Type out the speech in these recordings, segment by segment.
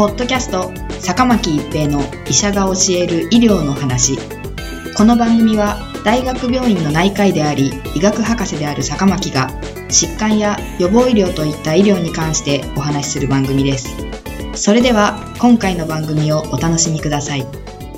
ポッドキャスト坂巻一平の医者が教える医療の話。この番組は大学病院の内科医であり医学博士である坂巻が疾患や予防医療といった医療に関してお話しする番組です。それでは今回の番組をお楽しみください。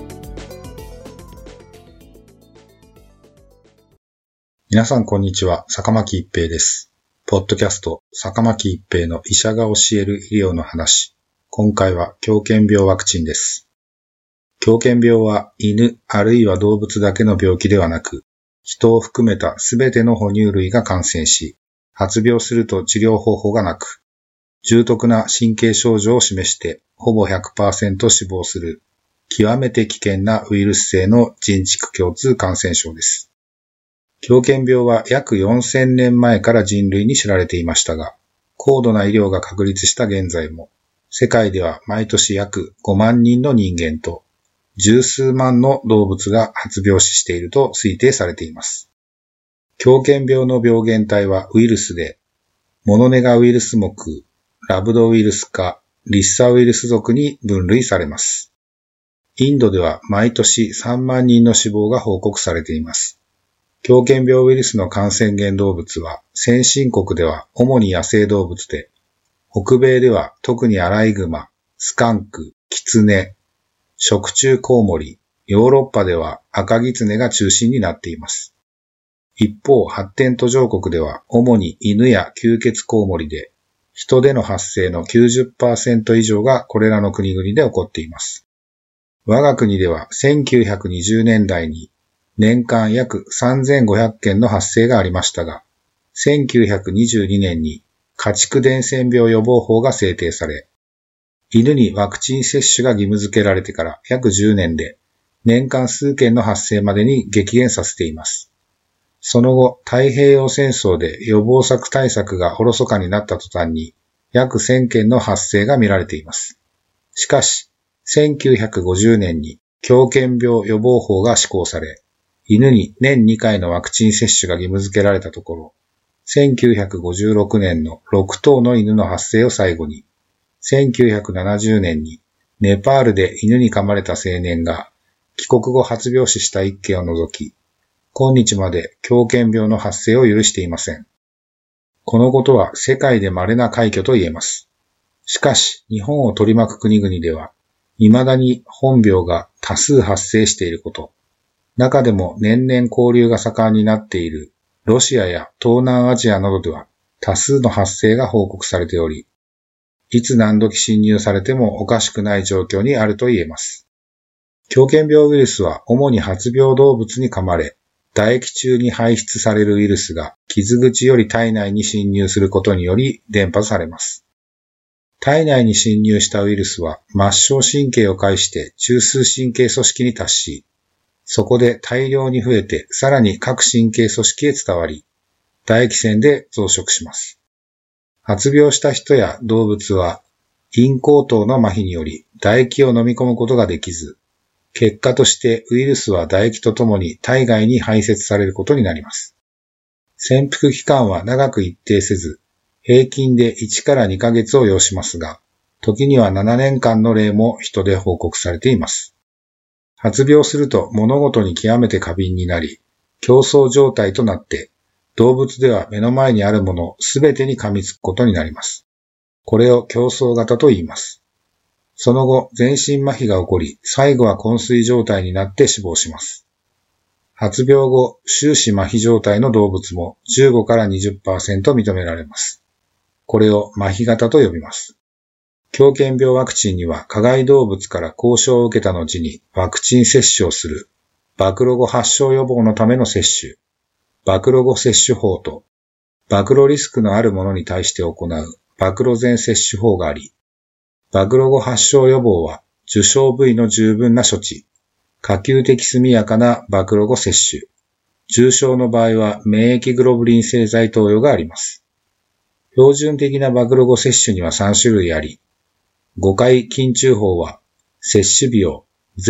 皆さんこんにちは、坂巻一平です。ポッドキャスト坂巻一平の医者が教える医療の話。今回は狂犬病ワクチンです。狂犬病は犬あるいは動物だけの病気ではなく、人を含めたすべての哺乳類が感染し、発病すると治療方法がなく、重篤な神経症状を示してほぼ 100% 死亡する極めて危険なウイルス性の人畜共通感染症です。狂犬病は約4000年前から人類に知られていましたが、高度な医療が確立した現在も、世界では毎年約5万人の人間と十数万の動物が発病死していると推定されています。狂犬病の病原体はウイルスで、モノネガウイルス目、ラブドウイルス科、リッサウイルス属に分類されます。インドでは毎年3万人の死亡が報告されています。狂犬病ウイルスの感染源動物は先進国では主に野生動物で、北米では特にアライグマ、スカンク、キツネ、食虫コウモリ、ヨーロッパでは赤ギツネが中心になっています。一方、発展途上国では主に犬や吸血コウモリで、人での発生の 90% 以上がこれらの国々で起こっています。我が国では1920年代に年間約3500件の発生がありましたが、1922年に家畜伝染病予防法が制定され、犬にワクチン接種が義務付けられてから約10年で年間数件の発生までに激減させています。その後、太平洋戦争で予防策対策がおろそかになった途端に約1000件の発生が見られています。しかし、1950年に狂犬病予防法が施行され、犬に年2回のワクチン接種が義務付けられたところ、1956年の6頭の犬の発生を最後に、1970年にネパールで犬に噛まれた青年が帰国後発病死した1件を除き、今日まで狂犬病の発生を許していません。このことは世界で稀な快挙と言えます。しかし、日本を取り巻く国々では、未だに本病が多数発生していること、中でも年々交流が盛んになっているロシアや東南アジアなどでは多数の発生が報告されており、いつ何時侵入されてもおかしくない状況にあると言えます。狂犬病ウイルスは主に発病動物に噛まれ、唾液中に排出されるウイルスが傷口より体内に侵入することにより伝播されます。体内に侵入したウイルスは末梢神経を介して中枢神経組織に達し、そこで大量に増えてさらに各神経組織へ伝わり、唾液腺で増殖します。発病した人や動物は咽喉頭の麻痺により唾液を飲み込むことができず、結果としてウイルスは唾液とともに体外に排泄されることになります。潜伏期間は長く一定せず、平均で1から2ヶ月を要しますが、時には7年間の例も人で報告されています。発病すると物事に極めて過敏になり、競争状態となって、動物では目の前にあるものすべてに噛みつくことになります。これを競争型と言います。その後、全身麻痺が起こり、最後は昏睡状態になって死亡します。発病後、終始麻痺状態の動物も15から 20% 認められます。これを麻痺型と呼びます。狂犬病ワクチンには加害動物から交渉を受けた後にワクチン接種をする暴露後発症予防のための接種、暴露後接種法と暴露リスクのある者に対して行う暴露前接種法があり、暴露後発症予防は受傷部位の十分な処置、可及的速やかな暴露後接種、重症の場合は免疫グロブリン製剤投与があります。標準的な暴露後接種には3種類あり、5回筋注法は接種日を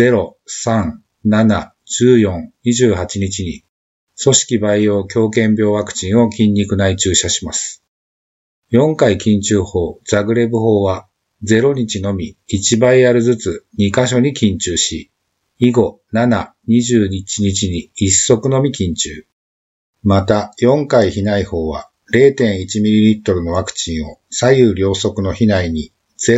0、3、7、14、28日に組織培養狂犬病ワクチンを筋肉内注射します。4回筋注法ザグレブ法は 0日のみ1バイアルずつ2箇所に緊注し、以後7、21日に1足のみ緊注。また、4回避内法は 0.1ml のワクチンを左右両側の避内に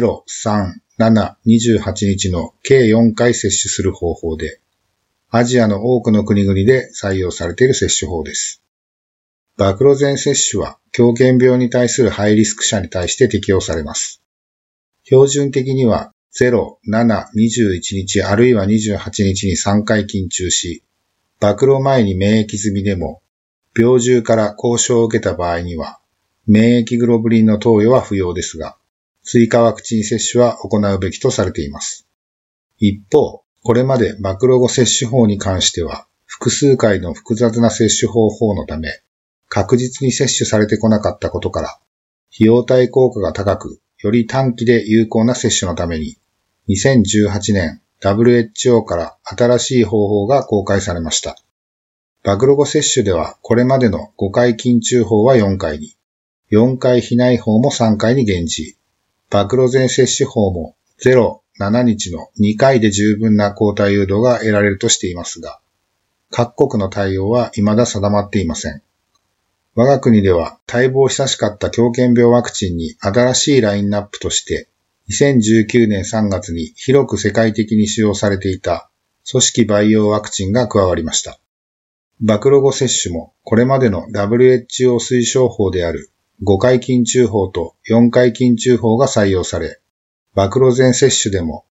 0、3、7、28日の計4回接種する方法で、アジアの多くの国々で採用されている接種法です。バクロゼン接種は狂犬病に対するハイリスク者に対して適用されます。標準的には0、7、21日あるいは28日に3回緊注し、バクロ前に免疫済みでも、病獣から交渉を受けた場合には、免疫グロブリンの投与は不要ですが、追加ワクチン接種は行うべきとされています。一方、これまで暴露後接種法に関しては、複数回の複雑な接種方法のため、確実に接種されてこなかったことから、費用対効果が高く、より短期で有効な接種のために、2018年 WHO から新しい方法が公開されました。暴露後接種では、これまでの5回緊注法は4回に、4回避内法も3回に減じ、暴露前接種法も0、7日の2回で十分な抗体誘導が得られるとしていますが、各国の対応は未だ定まっていません。我が国では待望久しかった狂犬病ワクチンに新しいラインナップとして、2019年3月に広く世界的に使用されていた組織培養ワクチンが加わりました。暴露後接種もこれまでの WHO 推奨法である5回緊注法と4回緊注法が採用され、暴露前接種でも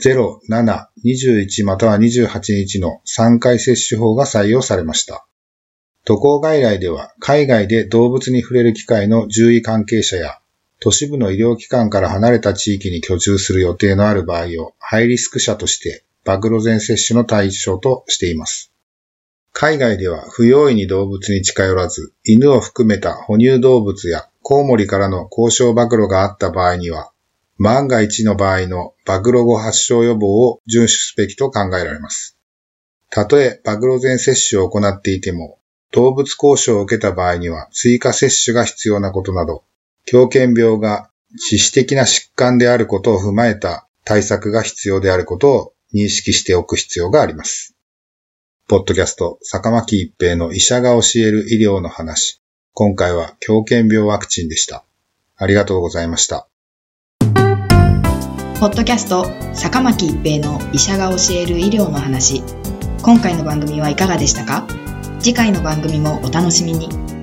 0、7、21または28日の3回接種法が採用されました。渡航外来では海外で動物に触れる機会の獣医関係者や都市部の医療機関から離れた地域に居住する予定のある場合をハイリスク者として暴露前接種の対象としています。海外では不用意に動物に近寄らず、犬を含めた哺乳動物やコウモリからの交渉暴露があった場合には、万が一の場合の暴露後発症予防を遵守すべきと考えられます。たとえ暴露前接種を行っていても、動物交渉を受けた場合には追加接種が必要なことなど、狂犬病が致死的な疾患であることを踏まえた対策が必要であることを認識しておく必要があります。ポッドキャスト、坂巻一平の医者が教える医療の話。今回は狂犬病ワクチンでした。ありがとうございました。 ポッドキャスト、坂巻一平の医者が教える医療の話。今回の番組はいかがでしたか？次回の番組もお楽しみに。